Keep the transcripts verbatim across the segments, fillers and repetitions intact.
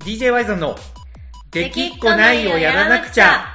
ディージェー ワイゾンのできっこないをやらなくちゃ。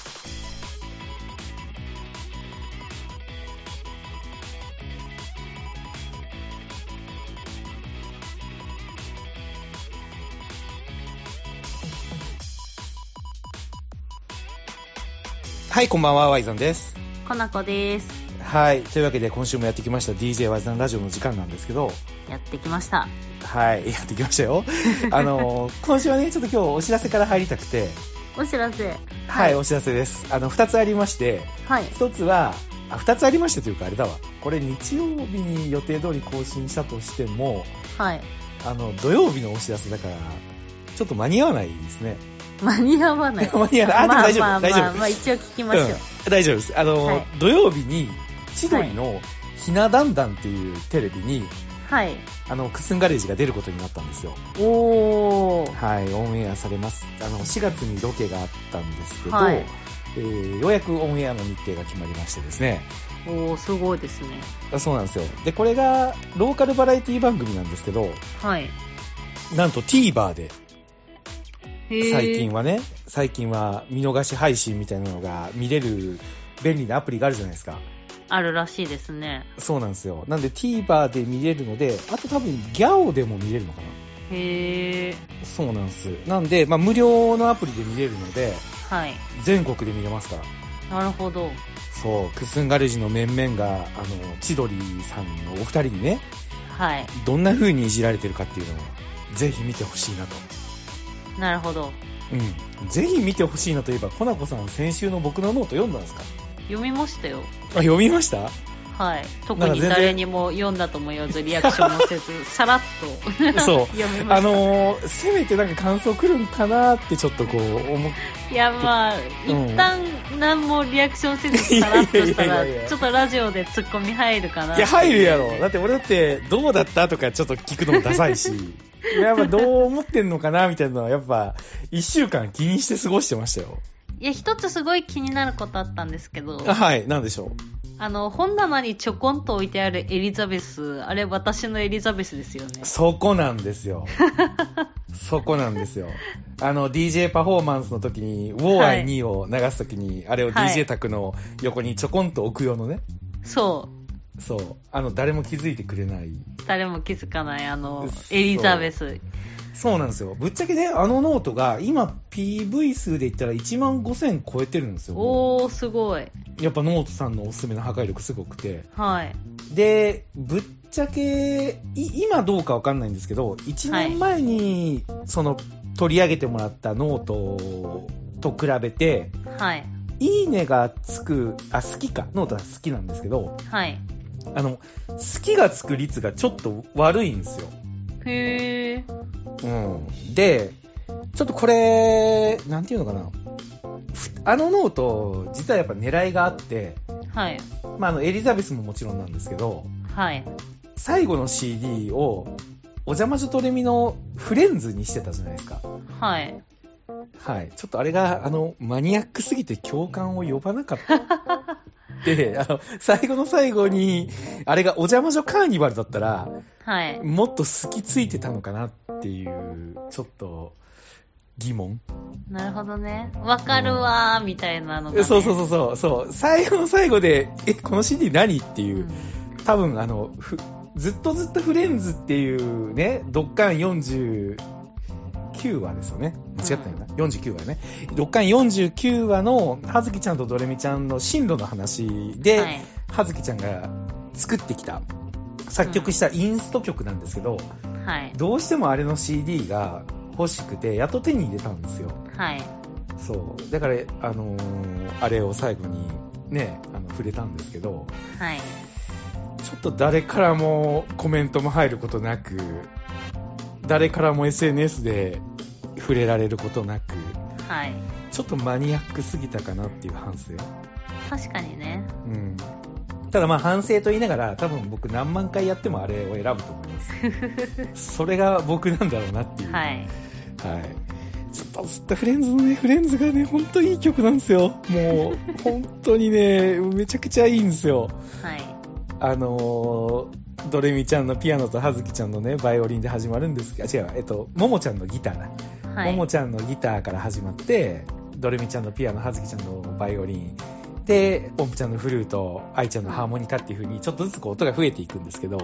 はい、こんばんは、ワイゾンです。 コナコです。 はい、というわけで今週もやってきました ディージェー ワイゾンラジオの時間なんですけど、 やってきました。 はい、やってきましたよ。あの今週はね、ちょっと今日お知らせから入りたくて。 お知らせ。はい、 はい、お知らせです。あのふたつありまして、 はい、 ひとつはあふたつありましてというかあれだわ。これ日曜日に予定通り更新したとしても、 はい、 あの土曜日のお知らせだからちょっと間に合わないですね。 間に合わない。 間に合わない。あ、 まあ、 大丈夫、 まあ、 大丈夫。 まあ、まあ、一応聞きましょう。 うん、大丈夫です。あの、はい、土曜日に千鳥のひなだんだんっていうテレビに、 はい、 あのクスンガレージが出ることになったんですよ。 おー。 はい、オンエアされます。あのしがつにロケがあったんですけど、 はい、 えー、ようやくオンエアの日程が決まりましてですね。 おー、すごいですね。 そうなんですよ。で、これがローカルバラエティ番組なんですけど、 はい、 なんと TVer で最近はね、最近は見逃し配信みたいなのが見れる便利なアプリがあるじゃないですか。 あるらしいですね。 そうなんですよ。なんで TVer で見れるので、あと多分ギャオでも見れるのかな。 へー。 そうなんです。なんで、まあ、無料のアプリで見れるので、 はい、 全国で見れますから。 なるほど。 そう、クスンガレージの面々があの千鳥さんのお二人にね、 はい、 どんな風にいじられてるかっていうのをぜひ見てほしいなと。 なるほど。 うん、ぜひ見てほしいなといえば、コナコさん先週の僕のノート読んだんですか？ 読みましたよ。 あ、読みました？ はい。特に誰にも読んだとも言わずリアクションもせずさらっとそう読みました。 あのー、せめてなんか感想来るんかなってちょっとこう思って。 いや、まあ、うん、一旦何もリアクションせずさらっとしたらちょっとラジオでツッコミ入るかな。 いや、入るやろ。だって俺だってどうだったとかちょっと聞くのもダサいしやっぱどう思ってんのかなみたいなのはやっぱ一週間気にして過ごしてましたよ。 いや、一つすごい気になることあったんですけど。 はい、なんでしょう。 あの、本棚にちょこんと置いてあるエリザベス、あれ私のエリザベスですよね。 そこなんですよ。そこなんですよ。あの ディージェー パフォーマンスの時に ウォーアイツー を流す時に、あれを ディージェー 卓の横にちょこんと置く用のね。 そうそう、あの誰も気づいてくれない、 誰も気づかないあのエリザベス。 そうなんですよ。ぶっちゃけね、あのノートが今 ピーブイ 数で言ったらいちまんごせん超えてるんですよ。 おー、すごい。 やっぱノートさんのおすすめの破壊力すごくて、 はい。で、 ぶっちゃけ今どうかわかんないんですけど、いちねんまえにその取り上げてもらったノートと比べて、 はい、 いいねがつく、あ、好きか、ノートは好きなんですけど、 はい、 あの好きがつく率がちょっと悪いんですよ。 へー。 うん、でちょっとこれなんていうのかな、あのノート実はやっぱ狙いがあって、 はい、 まあ、あのエリザベスももちろんなんですけど、 はい、 最後の シーディー をお邪魔女ドレミのフレンズにしてたじゃないですか。 はい、 はい、ちょっとあれがあのマニアックすぎて共感を呼ばなかったで、あの最後の最後にあれがお邪魔女カーニバルだったら、 はい、 もっと好きついてたのかなっていうちょっと疑問。 なるほどね。わかるわー、うん、みたいなのが、ね、 そうそうそうそうそう、最後の最後でえこの シーディー 何っていう、うん、多分あのふずっとずっとフレンズっていうね、ドッカンよんじゅうきゅうわですよね。間違ったよな、うん、よんじゅうきゅうわね。ドッカンよんじゅうきゅうわの葉月ちゃんとドレミちゃんの進路の話で、はい、葉月ちゃんが作ってきた作曲したインスト曲なんですけど、 うん、はい、 どうしてもあれの シーディー が欲しくてやっと手に入れたんですよ。 はい。 そうだから、あのー、あれを最後にね、あの触れたんですけど、 はい。 ちょっと誰からもコメントも入ることなく、誰からも エスエヌエス で触れられることなく、 はい。 ちょっとマニアックすぎたかなっていう反省。 確かにね。 うん。ただまあ反省と言いながら、多分僕何万回やってもあれを選ぶと思います。それが僕なんだろうなっていう。 はい。 はい。ずっとずっとフレンズのね、フレンズがね、ほんといい曲なんですよ。もう、本当にね、めちゃくちゃいいんですよ。 はい。 あのー、 ドレミちゃんのピアノと葉月ちゃんのね、バイオリンで始まるんですが、違う、えっと、ももちゃんのギターだ。はい、ももちゃんのギターから始まって、ドレミちゃんのピアノ、葉月ちゃんのバイオリン、で、ポンプちゃんのフルート、愛ちゃんのハーモニカっていう風に、ちょっとずつこう音が増えていくんですけど、はい、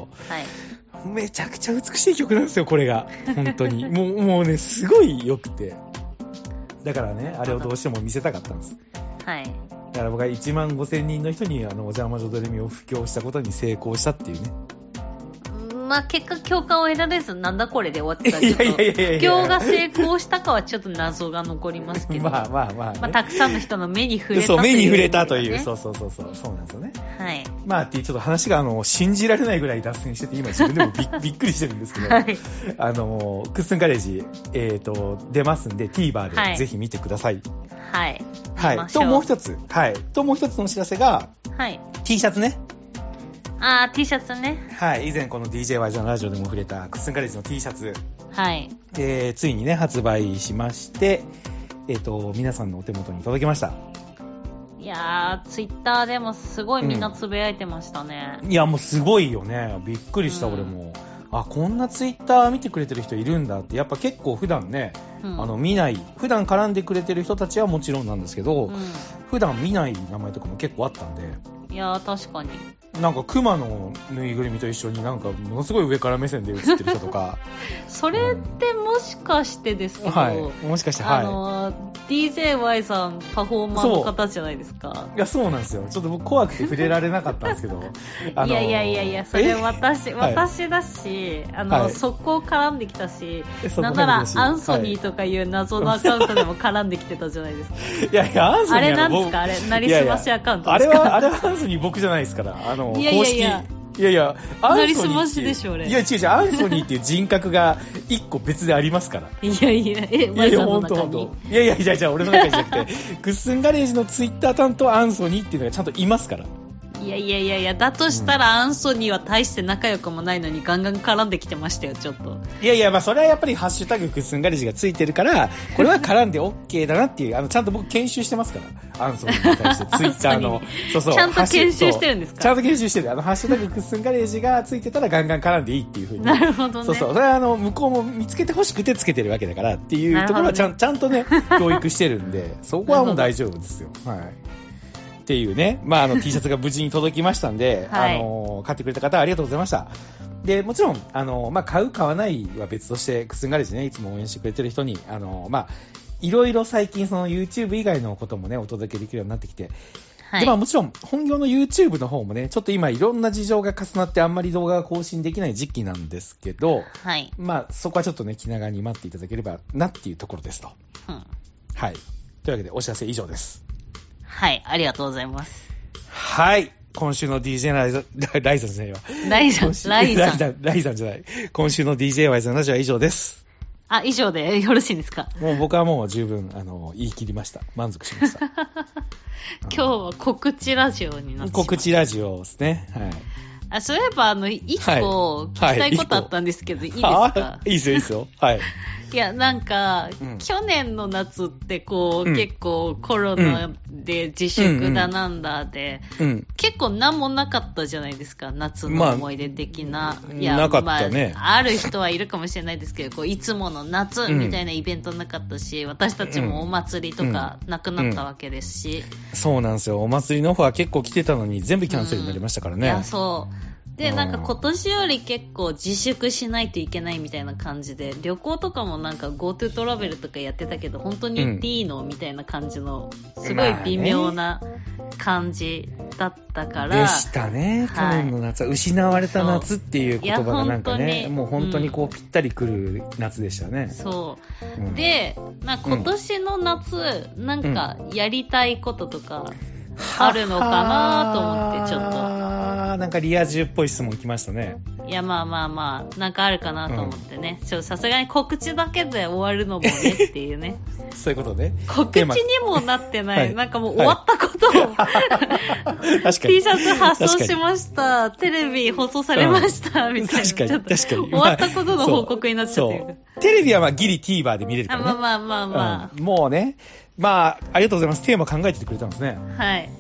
めちゃくちゃ美しい曲なんですよ、これが。本当に。もう、もうね、すごい良くて。だからね、あれをどうしても見せたかったんです。はい。だから僕はいちまんごせんにんの人に、あの、お邪魔女ドレミを布教したことに成功したっていうね。 まあ、結果共感を得られず、なんだこれで終わってたけど、布教が成功したかはちょっと謎が残りますけど、 まあまあまあ、ね、 まあ、たくさんの人の目に触れたという、ね、 そう、目に触れたという、そうそうそうそう、そうなんですよね。はい。まあ、っていうちょっと話が、あの、信じられないぐらい脱線してて、今自分でも び, びっくりしてるんですけど、はい。あの、クッスンガレージ、えっ、ー、と、出ますんで、TVer でぜひ見てください。はい。はい。はい、と、もう一つ、はい。と、もう一つのお知らせが、はい。T シャツね。 あー、T シャツね。 はい。以前この ディージェーワイズ のラジオでも触れたクッスンガレージの T シャツ。はい。えー、ついにね、発売しまして、えっ、ー、と、皆さんのお手元に届きました。 いやー、ツイッターでもすごいみんなつぶやいてましたね。 うん、いや、もうすごいよね。びっくりした、うん、俺も。あ、こんなツイッター見てくれてる人いるんだって、やっぱ結構普段ね、うん、あの見ない、普段絡んでくれてる人たちはもちろんなんですけど、うん、普段見ない名前とかも結構あったんで。 いやー、確かに。 なんか熊のぬいぐるみと一緒になんかものすごい上から目線で映ってる人とかそれってもしかしてですけど、 はい、もしかして、はい、 あの ディージェーワイ さんパフォーマーの方じゃないですか。 いや、そうなんですよ。ちょっと僕怖くて触れられなかったんですけどあのー、いやいやいやいや、それ私私だし、あの、はい、速攻絡んできたし、なんならアンソニーとかいう謎のアカウントでも絡んできてたじゃないですか。いやいや、アンソニーあれなんですか、あれなりすましアカウントですか。 いやいや、あれはあれはアンソニー僕じゃないですから、あのいやいやいや、 いやいや、アンソニーっていう、なりすましでしょ、俺。 いや、違う違う、アンソニーっていう人格が一個別でありますから。 いやいや、え、ワイさんの中に。 いやいやいやいや、俺の中じゃなくて、クッスンガレージのツイッター担当アンソニーっていうのがちゃんといますから。 いやいやいやいや、だとしたら、アンソニーは大して仲良くもないのにガンガン絡んできてましたよ、ちょっと。 いやいや、まあそれはやっぱりハッシュタグクッスンガレージがついてるから、これは絡んで OK だなっていう、あの、ちゃんと僕研修してますから、アンソニーに対してツイッターの、そうそう。 ちゃんと研修してるんですか？ ちゃんと研修してる。あの、ハッシュタグクッスンガレージがついてたらガンガン絡んでいいっていう風に。 なるほどね。 そうそう。それはあの、向こうも見つけて欲しくてつけてるわけだからっていうところはちゃん、ね、ちゃんとね、教育してるんで、そこはもう大丈夫ですよ。はい。っていうね、まあ、あの T シャツが無事に届きましたんで、はい、あの買ってくれた方ありがとうございました。で、もちろん、あのまあ、買う買わないは別として、クッスンガレージね、いつも応援してくれてる人に、あのまあ、いろいろ最近その YouTube 以外のこともね、お届けできるようになってきて、はい、で、まあもちろん、本業の YouTube の方もね、ちょっと今いろんな事情が重なってあんまり動画が更新できない時期なんですけど、はい、まあそこはちょっとね、気長に待っていただければなっていうところですと。うん、はい。というわけで、お知らせ以上です。 はい、ありがとうございます。 はい。今週の ディージェー ライザン、ライザンじゃないわ。 ライザン、ライザン。 ライザンじゃない。今週の ディージェー ワイズのラジオは以上です。 あ、以上でよろしいんですか？ もう僕はもう十分、あの、言い切りました。満足しました。 今日は告知ラジオになってしまった。 告知ラジオですね。はい。 あ、そういえば、あの、一個聞きたいことあったんですけど、はいはい、いいですか？ いいですよ、いいですよ。はい。 いや、なんか、うん、去年の夏ってこう、うん、結構コロナで自粛だなんだで、うんうん、結構なんもなかったじゃないですか、夏の思い出的な。 まあ、いや、なかったね、 まあ。ある人はいるかもしれないですけど、こういつもの夏みたいなイベントなかったし、私たちもお祭りとかなくなったわけですし。 そうなんですよ。お祭りの方は結構来てたのに全部キャンセルになりましたからね。 いや、そう。で、なんか今年より結構自粛しないといけないみたいな感じで、旅行とかもなんか GoTo トラベルとかやってたけど、本当に行っていいの、うん、みたいな感じの、すごい微妙な感じだったから。 でしたね、去年の夏は。失われた夏っていう言葉がなんかね、もう本当にこうぴったりくる夏でしたね。 そう。うん、で、な今年の夏、うん、なんかやりたいこととか、あるのかなと思ってちょっとあなんかリア充っぽい質問来ましたね。 いやまあまあまあなんかあるかなと思ってね、うん、ちょっとさすがに告知だけで終わるのもねっていうねそういうことね。 告知にもなってない、はい、なんかもう終わったことを、はい、T シャツ発送しました、テレビ放送されました、うん、みたいな。確かに確かに終わったことの報告になっちゃってる、まあ、テレビはまあギリ TVer で見れるからね。 まあまあまあまあ、 うん、もうね、まあ、ありがとうございます。テーマ考えててくれたんですね。 はい。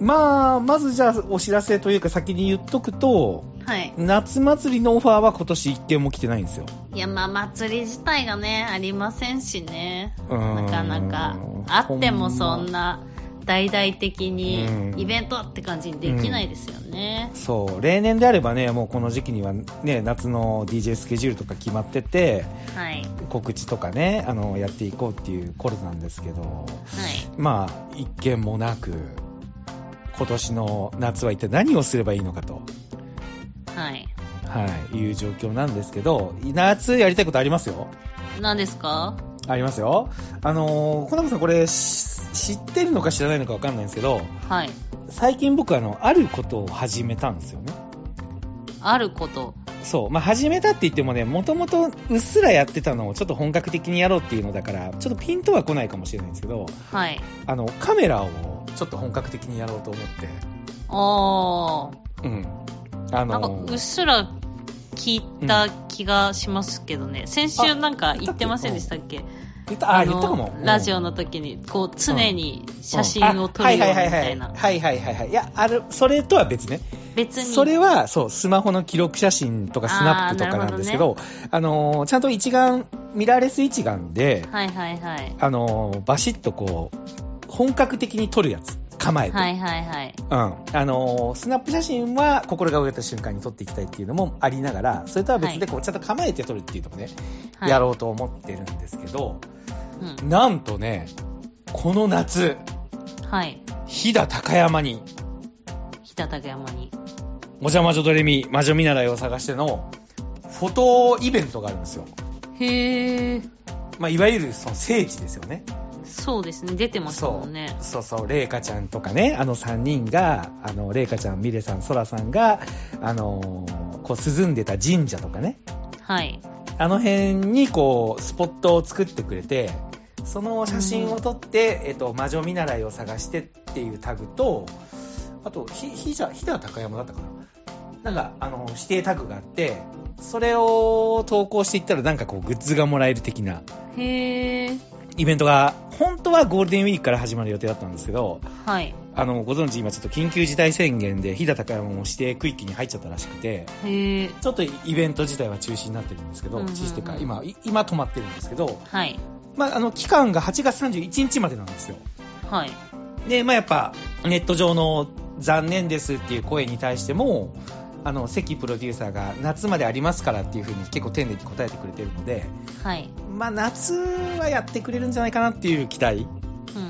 まあ、まずじゃあお知らせというか先に言っとくと、 はい。 夏祭りのオファーは今年一件も来てないんですよ。 いや、まあ、祭り自体がね、ありませんしね。 うーんなかなか。あってもそんほな、大々的にうんイベントって感じにできないですよね。 そう、例年であればね、もうこの時期にはね、夏の ディージェー スケジュールとか決まってて、 はい。 告知とかね、あの、やっていこうっていう頃なんですけど、 はい。 まあ、一件もなく、今年の夏は一体何をすればいいのかと、 はい。 はい、いう状況なんですけど、夏やりたいことありますよ。 何ですか？ ありますよ。あのー、小中さんこれ知ってるのか知らないのか分かんないんですけど、 はい。 最近僕あの、あることを始めたんですよね。 あること。 そう。まあ、始めたって言ってもね、もともとうっすらやってたのをちょっと本格的にやろうっていうのだから、ちょっとピンとは来ないかもしれないんですけど、 はい。 あの、カメラをちょっと本格的にやろうと思って、 あうん。あー。なんか、 のうっすら聞いた気がしますけどね。先週なんか言ってませんでしたっけ？ 言った、あ、 の言ったかも。 ラジオの時に、こう、常に写真を撮るようみたいな。 はいはいはいはい。いや、ある、それとは別ね。 別に。 それは、そう、スマホの記録写真とかスナップとかなんですけど、あ、ね、あのー、ちゃんと一眼、ミラーレス一眼で、 はいはいはい。 あのー、バシッとこう、本格的に撮るやつ。構えて。はいはいはい。うん。あのー、スナップ写真は心が動いた瞬間に撮っていきたいっていうのもありながら、それとは別でこう、ちゃんと構えて撮るっていうのもね、はい、やろうと思ってるんですけど、うん、なんとね、この夏、 はい。 飛騨高山に、 飛騨高山に、 もじゃまじょドレミ魔女見習いを探してのフォトイベントがあるんですよ。 へー。 まあ、いわゆるその聖地ですよね。 そうですね、出てますもんね。 そうそうそう、レイカちゃんとかね、あのさんにんが、あの、レイカちゃん、ミレさん、ソラさんが、あのー、こう涼んでた神社とかね。 はい。 あの辺にこう、スポットを作ってくれて、その写真を撮って、うん、えっと、魔女見習いを探してっていうタグと、あと、ひ、ひじゃ、ひだ高山だったかな。なんか、あの、指定タグがあって、それを投稿していったらなんかこう、グッズがもらえる的な。 へー。 イベントが、本当はゴールデンウィークから始まる予定だったんですけど、 はい。 あの、ご存知、今ちょっと緊急事態宣言で、飛騨高山も指定区域に入っちゃったらしくて、 へー。 ちょっとイベント自体は中止になってるんですけど、 うんうんうん、 中止っていうか、今、今止まってるんですけど、 はい。 まあ、あの、期間がはちがつさんじゅういちにちまでなんですよ。 はい。 で、まあ、やっぱ、ネット上の残念ですっていう声に対しても、あの、関プロデューサーが夏までありますからっていう風に結構丁寧に答えてくれてるので、 はい。 まあ、夏はやってくれるんじゃないかなっていう期待、 うんうん、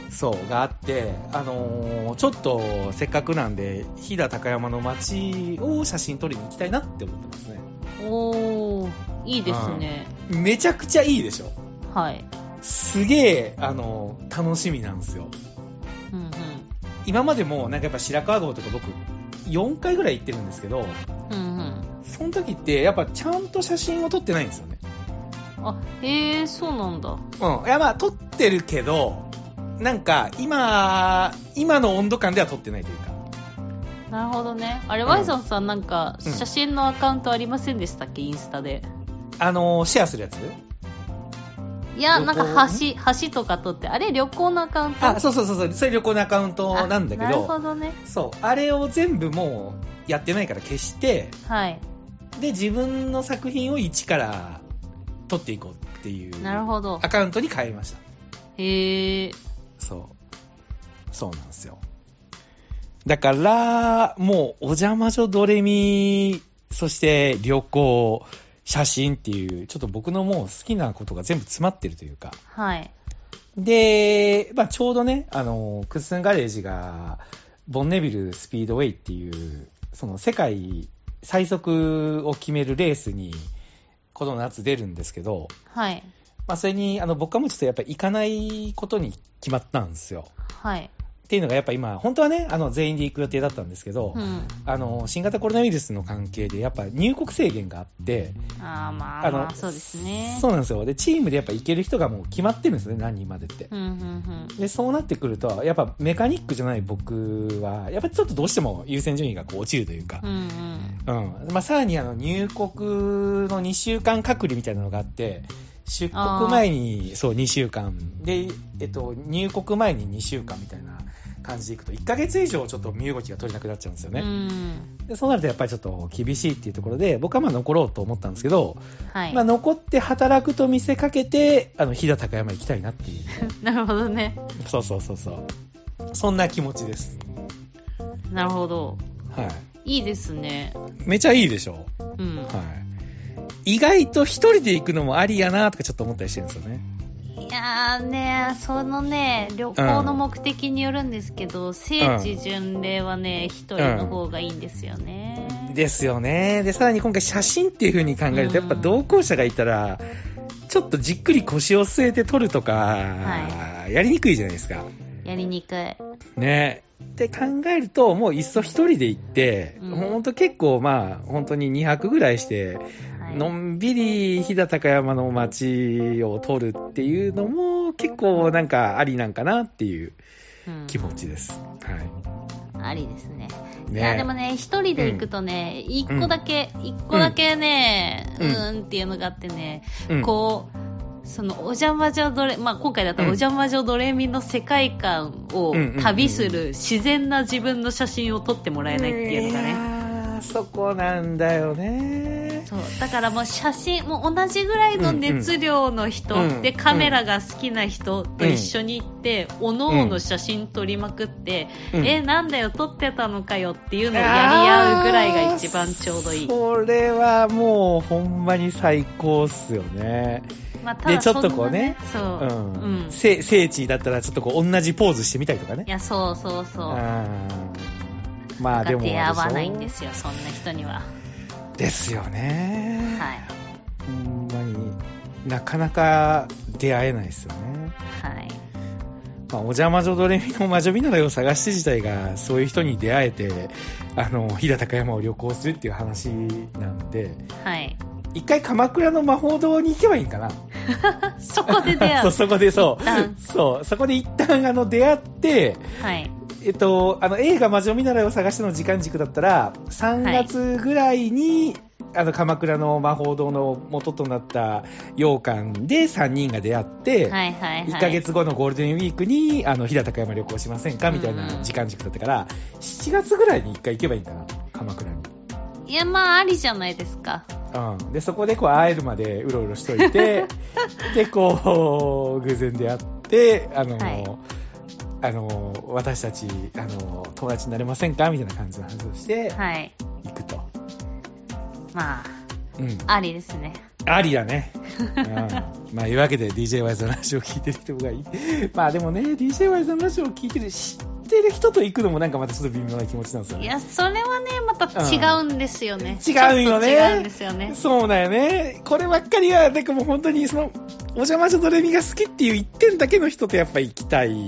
そうがあって、あのー、ちょっとせっかくなんで飛騨高山の街を写真撮りに行きたいなって思ってますね。 おー、いいですね。 うん、めちゃくちゃいいでしょ。 はい。 すげえ、あのー、楽しみなんですよ。 うんうん、 今までもなんかやっぱ白川郷とか僕よんかいぐらい行ってるんですけど、 うんうん、 その時ってやっぱちゃんと写真を撮ってないんですよね。 あ、へー、そうなんだ。 うん。いやまあ撮ってるけど、なんか今、今の温度感では撮ってないというか。 なるほどね。あれ、ワイゾンさんなんか写真のアカウントありませんでしたっけ、インスタで。 あのー、シェアするやつ？ いや、なんか橋、橋とか撮って、あれ旅行のアカウント？ あ、そうそうそうそう、それ旅行のアカウントなんだけど。なるほどね。 そう、あれを全部もうやってないから消して、 はい。で、 自分の作品を一から撮っていこうっていう。 なるほど。 アカウントに変えました。 へー。 そう。そうなんですよ。だから、もう、お邪魔女ドレミ、そして旅行、写真っていう、ちょっと僕のもう好きなことが全部詰まってるというか。 はい。 で、まあちょうどね、あの、クッスンガレージが、ボンネビルスピードウェイっていう、その世界最速を決めるレースに、この夏出るんですけど、 はい。 まあそれに、あの、僕はもうちょっとやっぱり行かないことに決まったんですよ。 はい。 っていうのがやっぱ今、本当はね、あの、全員で行く予定だったんですけど、 うん、 あの、新型コロナウイルスの関係で、やっぱ入国制限があって、 あーまあ、あの、まあ、そうですね。 そうなんですよ。で、チームでやっぱ行ける人がもう決まってるんですよね、何人までって。 うんうんうん、 で、そうなってくると、やっぱメカニックじゃない僕は、やっぱりちょっとどうしても優先順位がこう落ちるというか、 うんうん。 うん。まあ、さらにあの、入国のにしゅうかん隔離みたいなのがあって、 出国前にそうにしゅうかんで、えっと、入国前ににしゅうかんみたいな感じでいくといっかげつ以上ちょっと身動きが取れなくなっちゃうんですよね。 うんでそうなるとやっぱりちょっと厳しいっていうところで僕はまあ残ろうと思ったんですけど、 はいまあ、残って働くと見せかけてあの飛騨高山行きたいなっていう。 なるほどね。 そうそうそうそう。そんな気持ちです。 なるほど。 はい。 いいですね。 めちゃいいでしょ。 うん。 はい。意外と一人で行くのもありやなとかちょっと思ったりしてるんですよね。 いやーね、そのね、旅行の目的によるんですけど、うん、聖地巡礼はね、一人の方がいいんですよね、 うん。ですよね。で、さらに今回写真っていう風に考えると、やっぱ同行者がいたら、ちょっとじっくり腰を据えて撮るとか、はい、やりにくいじゃないですか。 やりにくい。 ね。って考えると、もういっそ一人で行って、うん、ほんと結構まあ、本当ににはくぐらいして、はい、のんびり飛騨高山の街を撮るっていうのも結構なんかありなんかなっていう気持ちです。うん、はい。 ありですね。 ね、 いやでもね、一人で行くとね、一、うん、個だけ、一、うん、個だけね、うん、うーんっていうのがあってね、うん、こう、そのお邪魔女ドレ、まあ、今回だったらお邪魔女ドレミの世界観を旅する自然な自分の写真を撮ってもらえないっていうのがね。 いやそこなんだよね。 そうだからもう写真もう同じぐらいの熱量の人、うんうん、でカメラが好きな人と一緒に行って、うん、おのおの写真撮りまくって、うん、えなんだよ撮ってたのかよっていうのをやり合うぐらいが一番ちょうどいい。 それはもうほんまに最高っすよね。 まあ、ただでちょっとこうね、 そう、うんうん、聖地だったらちょっとこう同じポーズしてみたりとかね。 いやそうそうそう。 あまあでも出会わないんですよそんな人には。 ですよね。 はい。 ほんまになかなか出会えないですよね。 はい。 まあ、お邪魔女ドレミの魔女見習いを探して自体がそういう人に出会えてあの飛騨高山を旅行するっていう話なんで。 はい。 一回鎌倉の魔法堂に行けばいいかな。 そこで出会う。 そう、そこでそう。そう、そこで一旦あの出会って、 はい。 えっと、あの映画魔女見習いを探しての時間軸だったら、さんがつぐらいに、はい、あの鎌倉の魔法堂の元となった洋館でさんにんが出会って、 はいはいはい、 いっかげつごのゴールデンウィークにあの飛騨高山旅行しませんかみたいな時間軸だったから、うん、しちがつぐらいに一回行けばいいかな、鎌倉に。 いや、まあ、ありじゃないですか。 うん。で、そこでこう会えるまでうろうろしといて、で、こう、偶然出会って、あの、はい、あの、私たち、あの、友達になれませんかみたいな感じの話をして、はい。行くと。 まあ、うん。ありですね。 ありだね。うん。まあ、いうわけで ディージェーワイズ のラジオを聞いてる人がいい。まあでもね、ディージェーワイズ のラジオを聞いてるし、知ってる人と行くのもなんかまたちょっと微妙な気持ちなんですよね。 いや、それはね、また違うんですよね。 うん、違うよね。 違うんですよね。 そうだよね。こればっかりは、なんかもう本当にその、お邪魔女ドレミが好きっていう一点だけの人とやっぱ行きたい、うん、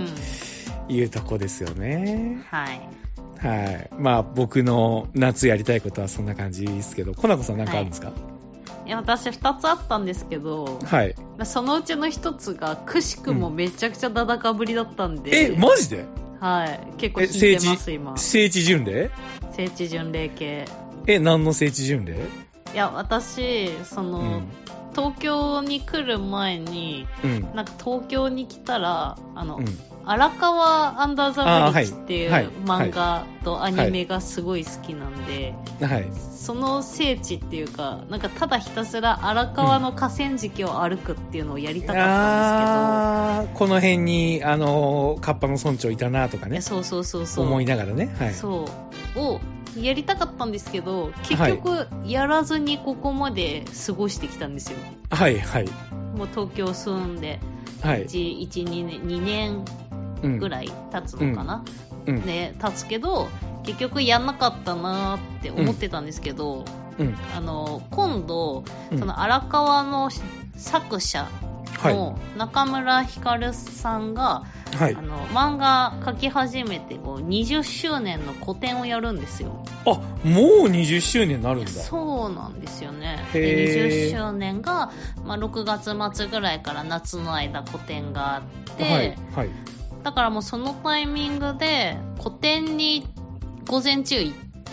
いうとこですよね。 はい。 はい。まあ僕の夏やりたいことはそんな感じですけど、コナコさんなんかあるんですか？はいいや私ふたつあったんですけど、 はい、 そのうちのひとつがくしくもめちゃくちゃだだかぶりだったんで、 うん、えマジで？ はい結構引いてます今。 聖地巡礼？ 聖地巡礼系。 え何の聖地巡礼？ いや私その、うん、東京に来る前に、うん、なんか東京に来たらあの、うん荒川アンダーザブリッジっていう漫画とアニメがすごい好きなんで、 はいはい、 その聖地っていうかなんかただひたすら荒川の河川敷を歩くっていうのをやりたかったんですけど、 あこの辺にあのカッパの村長いたなとかね、 そうそうそうそう思いながらね、はい、 そうをやりたかったんですけど結局やらずにここまで過ごしてきたんですよ。 はいはいもう東京住んで、はい、いち、いち、にねん、にねんぐらい経つのかな、うんうん、で経つけど結局やんなかったなって思ってたんですけど、うん、あの今度、うん、その荒川の作者の中村ひかるさんが、はい、あの漫画描き始めてこうにじゅっしゅうねんの個展をやるんですよ。 あもうにじゅっしゅうねんになるんだ。 そうなんですよね。でにじゅっしゅうねんが、まあ、ろくがつ末ぐらいから夏の間個展があって、はいはいだからもうそのタイミングで個展に午前中行っ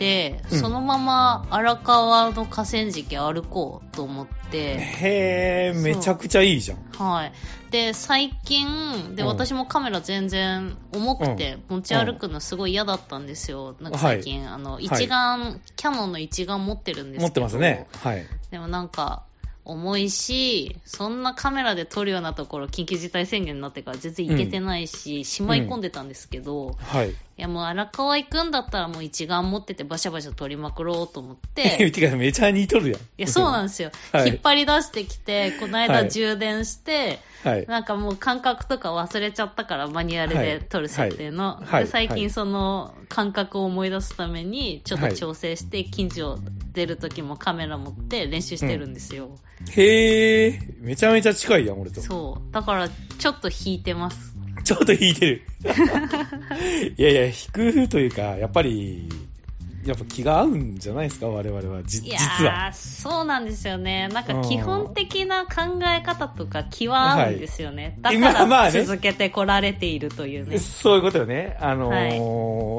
で、 うんそのまま荒川の河川敷歩こうと思って、 へー、 そうめちゃくちゃいいじゃん。 はい。で、最近、で、 うん私もカメラ全然重くて、持ち歩くのすごい嫌だったんですよ。なんか最近、あの、一眼、キャノンの一眼持ってるんですけど。 持ってますね。はい。 でもなんか、重いし、そんなカメラで撮るようなところ、緊急事態宣言になってから全然行けてないし、しまい込んでたんですけど、 はい。 いやもう荒川行くんだったらもう一眼持っててバシャバシャ撮りまくろうと思って。 てかめちゃ似とるやん。いや、そうなんですよ。はい、引っ張り出してきて、この間充電して、はい、なんかもう感覚とか忘れちゃったからマニュアルで撮る設定の。はいはい、で最近その感覚を思い出すためにちょっと調整して、近所出るときもカメラ持って練習してるんですよ。うん、 へー、めちゃめちゃ近いやん、俺と。 そう。だからちょっと引いてます。 ちょっと引いてる。いやいや、引くというか、やっぱり、やっぱ気が合うんじゃないですか、我々は。じいや実は。 そうなんですよね。なんか基本的な考え方とか気は合うんですよね。はい、だから続けてこられているというね。まあまあね、 そういうことよね。あのーはい、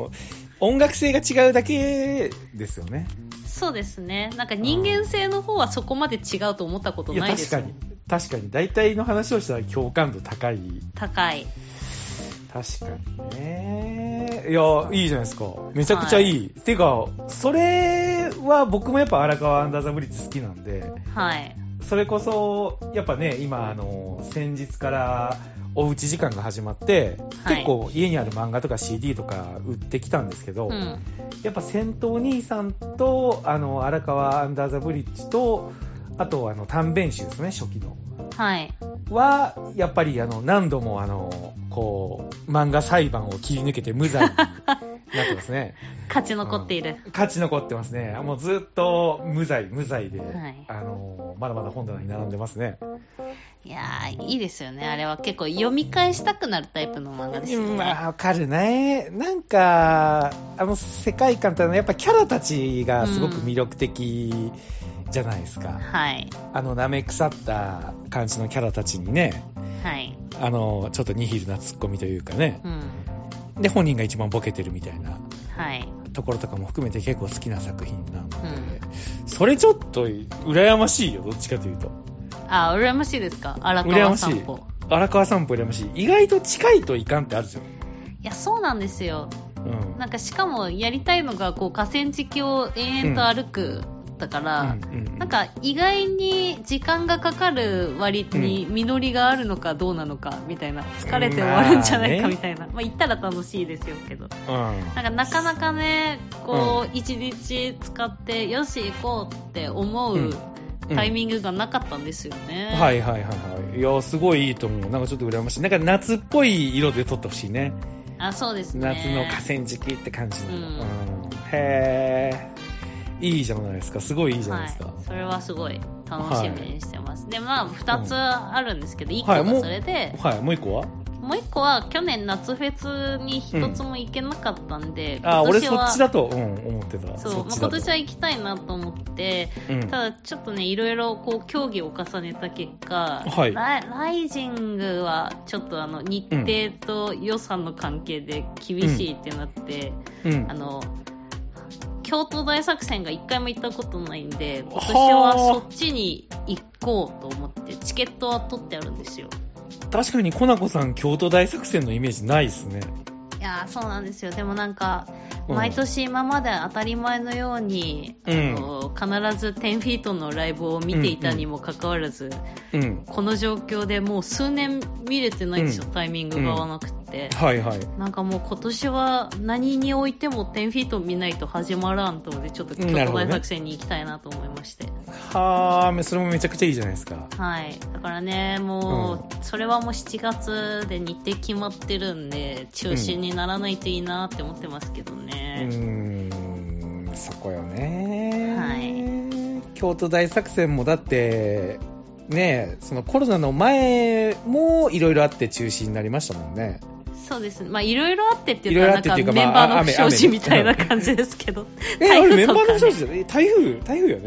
音楽性が違うだけですよね。 そうですね。なんか人間性の方はそこまで違うと思ったことないですよ。 確かに。確かに。大体の話をしたら共感度高い。 高い。 確かにね。いや、いいじゃないですか。めちゃくちゃいい。はい、てか、それは僕もやっぱ荒川アンダーザブリッジ好きなんで、 はい。 それこそ、やっぱね、今、あの、先日からおうち時間が始まって、はい、結構家にある漫画とか シーディー とか売ってきたんですけど、うん、やっぱ戦闘兄さんと、あの、荒川アンダーザブリッジと、あと、あの、短編集ですね、初期の。 はい。 は、やっぱり、あの、何度も、あの、こう、漫画裁判を切り抜けて無罪になってますね。 勝ち残っている、 うん。勝ち残ってますね。もうずっと無罪、無罪で、はい、あの、まだまだ本棚に並んでますね。 いやー、いいですよね。あれは結構読み返したくなるタイプの漫画ですよね。 まあ、わかるね。なんか、あの世界観ってのはやっぱキャラたちがすごく魅力的じゃないですか。うん、はい。あの、舐め腐った感じのキャラたちにね。はい。あの、ちょっとニヒルなツッコミというかね。うん。で、本人が一番ボケてるみたいな。はい。ところとかも含めて結構好きな作品なので、うん、それちょっと羨ましいよ、どっちかというと。 あ、羨ましいですか？荒川散歩。 荒川散歩羨ましい。意外と近いといかんってあるじゃん。 いや、そうなんですよ。うん、なんかしかもやりたいのがこう河川敷を延々と歩くだから、うんうんうん、なんか意外に時間がかかる割に実りがあるのかどうなのかみたいな、疲れて終わるんじゃないかみたいな、まあ、ね、まあ、行ったら楽しいですよけど、うん、なんかなかなかねこう一日使ってよし行こうって思う、うんタイミングがなかったんですよね、 うん、はいはいはいはい。いやすごいいいと思う。なんかちょっと羨ましい。なんか夏っぽい色で撮ってほしいね。 あ、そうですね。 夏の河川敷って感じの、うんうん、へー、いいじゃないですか。すごいいいじゃないですか、 はい、それはすごい楽しみにしてます、はい、でまあふたつあるんですけど、うん、いっこがそれで、 はい、もう、はい、もういっこはもう一個は去年夏フェスに一つも行けなかったんで、 うん、あ、俺そっちだと、うん、思ってた。 そう、まあ、今年は行きたいなと思って、うん、ただちょっとねいろいろこう協議を重ねた結果、はい、ライ、ライジングはちょっとあの日程と予算の関係で厳しいってなって、うんうん、あの京都大作戦が一回も行ったことないんで、今年はそっちに行こうと思ってチケットは取ってあるんですよ。 確かにコナコさん京都大作戦のイメージないですね。 いやー、そうなんですよ。でもなんか、うん、毎年今まで当たり前のように、うん、あの必ずじゅうフィートのライブを見ていたにもかかわらず、うんうん、この状況でもう数年見れてないんですよ、うん、タイミングが合わなくて、うん、はいはい。なんかもう今年は何においてもじゅうフィート見ないと始まらんと思って、ちょっと京都大作戦に行きたいなと思いまして、ね、 はー、それもめちゃくちゃいいじゃないですか。 はい。だからね、もう、うん、それはもうしちがつで日程決まってるんで中止にならないといいなって思ってますけどね。 うーん、そこよね。 はい。 京都大作戦もだってね、そのコロナの前もいろいろあって中止になりましたもんね。 そうですね。まあいろいろあってって言ったらなんかメンバーの不祥事みたいな感じですけど。 え、あれメンバーの不祥事じゃない？台風台風よね。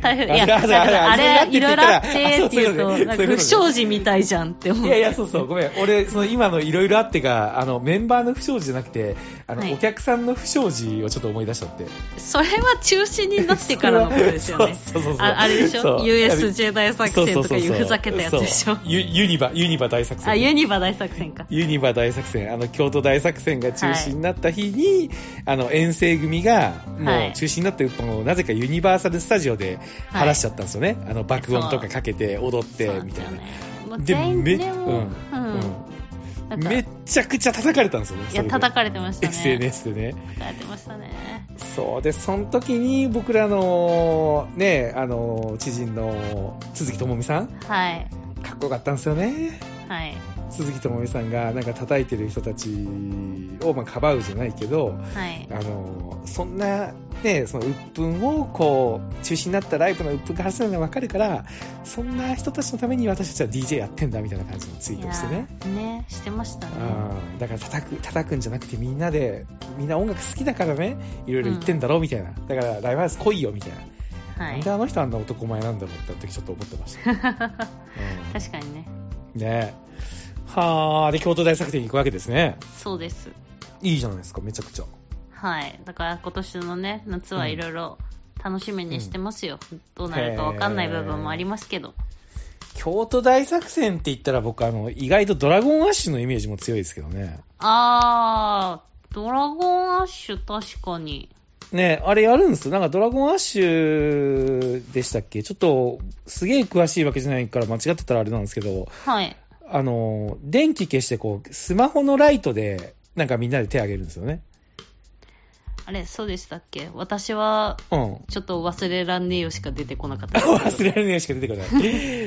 台風、いや、あれ、あれ、いろいろあってっていうと、なんか不祥事みたいじゃんって思う。 いやいや、そうそう、ごめん。俺、その今のいろいろあってが、あの、メンバーの不祥事じゃなくて、あの、はい、お客さんの不祥事をちょっと思い出しちゃって。 それは中止になってからのことですよね。そうそうそうそう。あ、あれでしょ ?ユーエスジェー 大作戦とかいうふざけたやつでしょユ, ユニバ、ユニバ大作戦。 あ、ユニバ大作戦か。 ユニバ大作戦。あの、京都大作戦が中止になった日に、はい、あの、遠征組が、もう中止になってると、なぜかユニバーサルスタジオで話しちゃったんですよね。はい、あの、爆音とかかけて踊って、みたいな。で、め、うん。うんめちゃくちゃ叩かれたんですよね。 いや、叩かれてましたね。 エスエヌエス でね。 叩かれてましたね。 そうで、その時に僕らの、ね、あの、知人の鈴木智美さん。 はい。 かっこよかったんですよね。 はい。 鈴木智美さんがなんか叩いてる人たちをまあかばうじゃないけど、 はい、 あのそんなねその鬱憤をこう中止になったライブの鬱憤が発生するのが分かるからそんな人たちのために私たちは ディージェー やってんだみたいな感じのツイートをしてね。 ねしてましたね。 うんだから叩く叩くんじゃなくてみんなでみんな音楽好きだからねいろいろ言ってんだろうみたいな、うん、だからライブハウス来いよみたいな。はい、なんであの人あんな男前なんだろうってちょっと思ってました。うん、確かにね。 ねはあ、で、京都大作戦に行くわけですね。 そうです。 いいじゃないですか、めちゃくちゃ。 はい。だから今年のね、夏はいろいろ楽しみにしてますよ。うん、どうなるかわかんない部分もありますけど。 京都大作戦って言ったら僕、あの、意外とドラゴンアッシュのイメージも強いですけどね。 あー、ドラゴンアッシュ確かに。 ねあれやるんですよ。なんかドラゴンアッシュでしたっけちょっと、すげえ詳しいわけじゃないから間違ってたらあれなんですけど。 はい。 あの、電気消してこう、スマホのライトで、なんかみんなで手を挙げるんですよね。 あれ、そうでしたっけ私は、うん。ちょっと忘れらんねえよしか出てこなかった。 忘れらんねえよしか出てこない。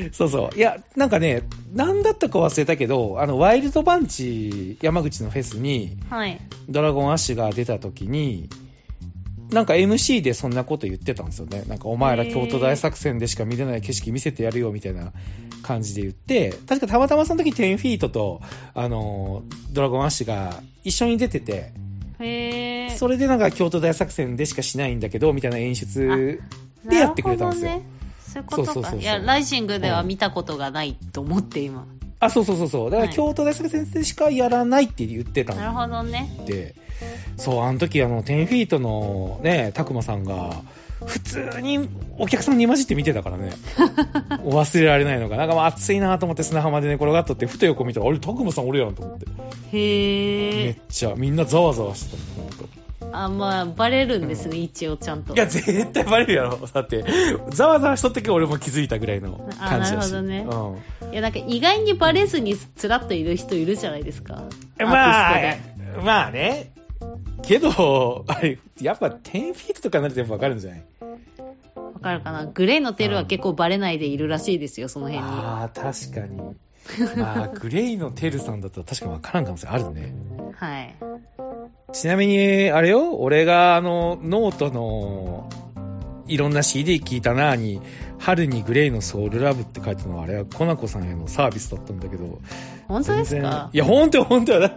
そうそう。いや、なんかね、なんだったか忘れたけど、あの、ワイルドバンチ山口のフェスに、 はい。 ドラゴンアッシュが出た時に、なんか エムシー でそんなこと言ってたんですよね。なんかお前ら京都大作戦でしか見れない景色見せてやるよみたいな感じで言って、確かたまたまその時じゅうフィートと、あのー、ドラゴンアッシュが一緒に出てて、 へー。 それでなんか京都大作戦でしかしないんだけど、みたいな演出でやってくれたんですよ。 なるほどね。そういうことか。そうそうそうそう。いや、ライジングでは見たことがないと思って今。うん、 あ、そうそうそうそう。だから京都大作戦でしかやらないって言ってたんで。 なるほどね。 で、そう、あの時あの、じゅうフィートのね、たくまさんが、普通にお客さんに混じって見てたからね。忘れられないのが。なんかまあ暑いなと思って砂浜で寝転がっとって、ふと横見たら、あれ、たくまさんおるやんと思って。 へー。 めっちゃ、みんなざわざわしてたの。 あ、まあ、バレるんですね、うん、一応ちゃんと。 いや、絶対バレるやろ。だって、ざわざわしとったけど俺も気づいたぐらいの感じだし。 あ、なるほどね。うん。いや、なんか意外にバレずにつらっといる人いるじゃないですか。 まあ、まあね。けど、あれ、やっぱじゅうフィートとかになるとやっぱ分かるんじゃない？ 分かるかな。グレーのテルは結構バレないでいるらしいですよ、その辺に。 ああ、確かに。まあ、グレイのテルさんだったら確かに分からん可能性あるね。 はい。 ちなみに、あれよ、俺があの、ノートの、いろんな シーディー 聞いたなーに、春にグレイのソウルラブって書いてたのは、あれはコナコさんへのサービスだったんだけど。 本当ですか？ いや、本当本当はだって、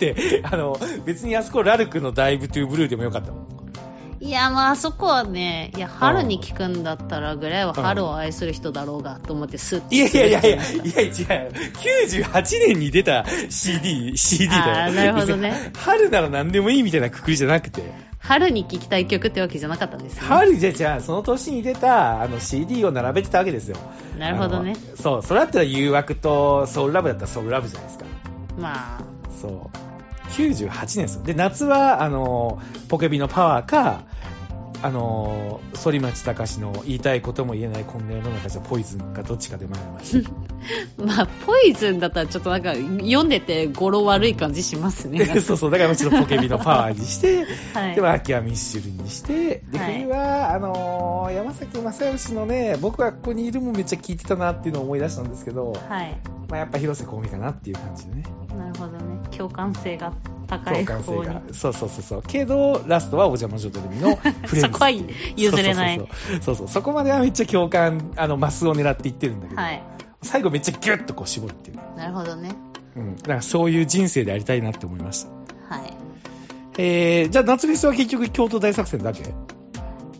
あの、別にあそこラルクのダイブトゥーブルーでもよかったもん。 いや、まあ、あそこはね、いや、春に聞くんだったら、ぐらいは春を愛する人だろうが、と思ってスッて。 いやいやいやいや、いや違う。きゅうじゅうはちねんに出た シーディー、シーディー だよ。 ああ、なるほどね。 春なら何でもいいみたいなくくりじゃなくて。 春に聴きたい曲ってわけじゃなかったんですね。 春じゃじゃあ、その年に出た、あの、シーディー を並べてたわけですよ。 なるほどね。 そう、それだったら誘惑とソウルラブだったらソウルラブじゃないですか。まあ。そう。きゅうじゅうはちねんですよ。で、夏は、あの、ポケビのパワーか、あのー、反町隆史の言いたいことも言えないこんな世の中じゃポイズンかどっちかで迷いました。 まあ、ポイズンだったらちょっとなんか読んでて語呂悪い感じしますね。 そうそう、だからもちろんポケビのパワーにして、はい、でも秋はミッシュルにして、で、冬は、はい、あのー、山崎正義のね、僕はここにいるもめっちゃ聞いてたなっていうのを思い出したんですけど、 はい。 まあやっぱ広瀬香美かなっていう感じでね。 なるほどね。共感性が高い方に。共感性が。 そうそうそうそう。けど、ラストはお邪魔女ドレミのフレンズ。 そこは譲れない。 そうそうそう。そうそう。そこまではめっちゃ共感、あの、マスを狙っていってるんだけど、はい、最後めっちゃギュッとこう絞るっていう。 なるほどね。 うん。だからそういう人生でありたいなって思いました。 はい。 えー、じゃあ夏フェスは結局京都大作戦だけ？ い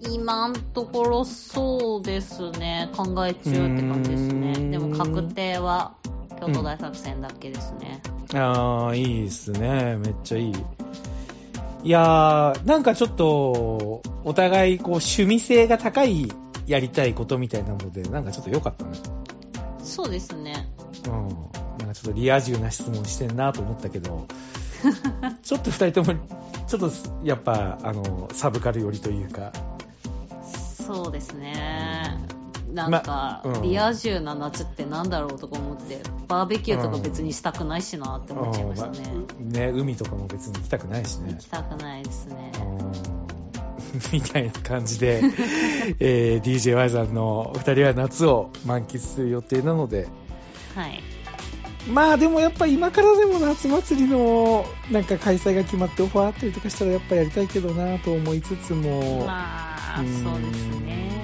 今んところそうですね。考え中って感じですね。でも確定は京都大作戦だけですね。 うん、ああ、いいですね。めっちゃいい。いやー、なんかちょっと、お互いこう趣味性が高いやりたいことみたいなので、なんかちょっと良かったね。 そうですね。 うん。なんかちょっとリア充な質問してんなと思ったけど、ちょっと二人とも、ちょっとやっぱ、あの、サブカル寄りというか。 そうですね。なんか、まうん、リア充な夏ってなんだろうとか思って、バーベキューとか別にしたくないしなって思っちゃいましたね。 うんうんまね、海とかも別に行きたくないしね。 行きたくないですね。 みたいな感じで、えー、ディージェーワイ さんのふたりは夏を満喫する予定なので、 はい。 まあでもやっぱ今からでも夏祭りのなんか開催が決まってオファーあったりとかしたらやっぱやりたいけどなと思いつつも、 まあそうですね。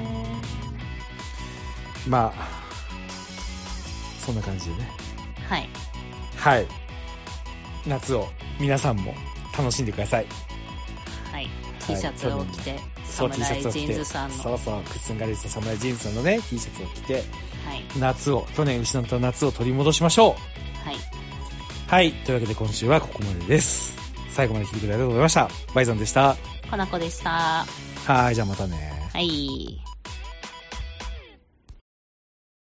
まあそんな感じでね。 はい。 はい。夏を皆さんも楽しんでください。 はい。T シャツを着て、サムライジーンズさんの。 そうそう、クッスンガレージとサムライジーンズさんのね、T シャツを着て、 はい、 夏を、去年失った夏を取り戻しましょう。はい。 はい。というわけで今週はここまでです。最後まで聞いてくれてありがとうございました。バイザンでした。 コナコでした。 はい、じゃあまたね。 はい。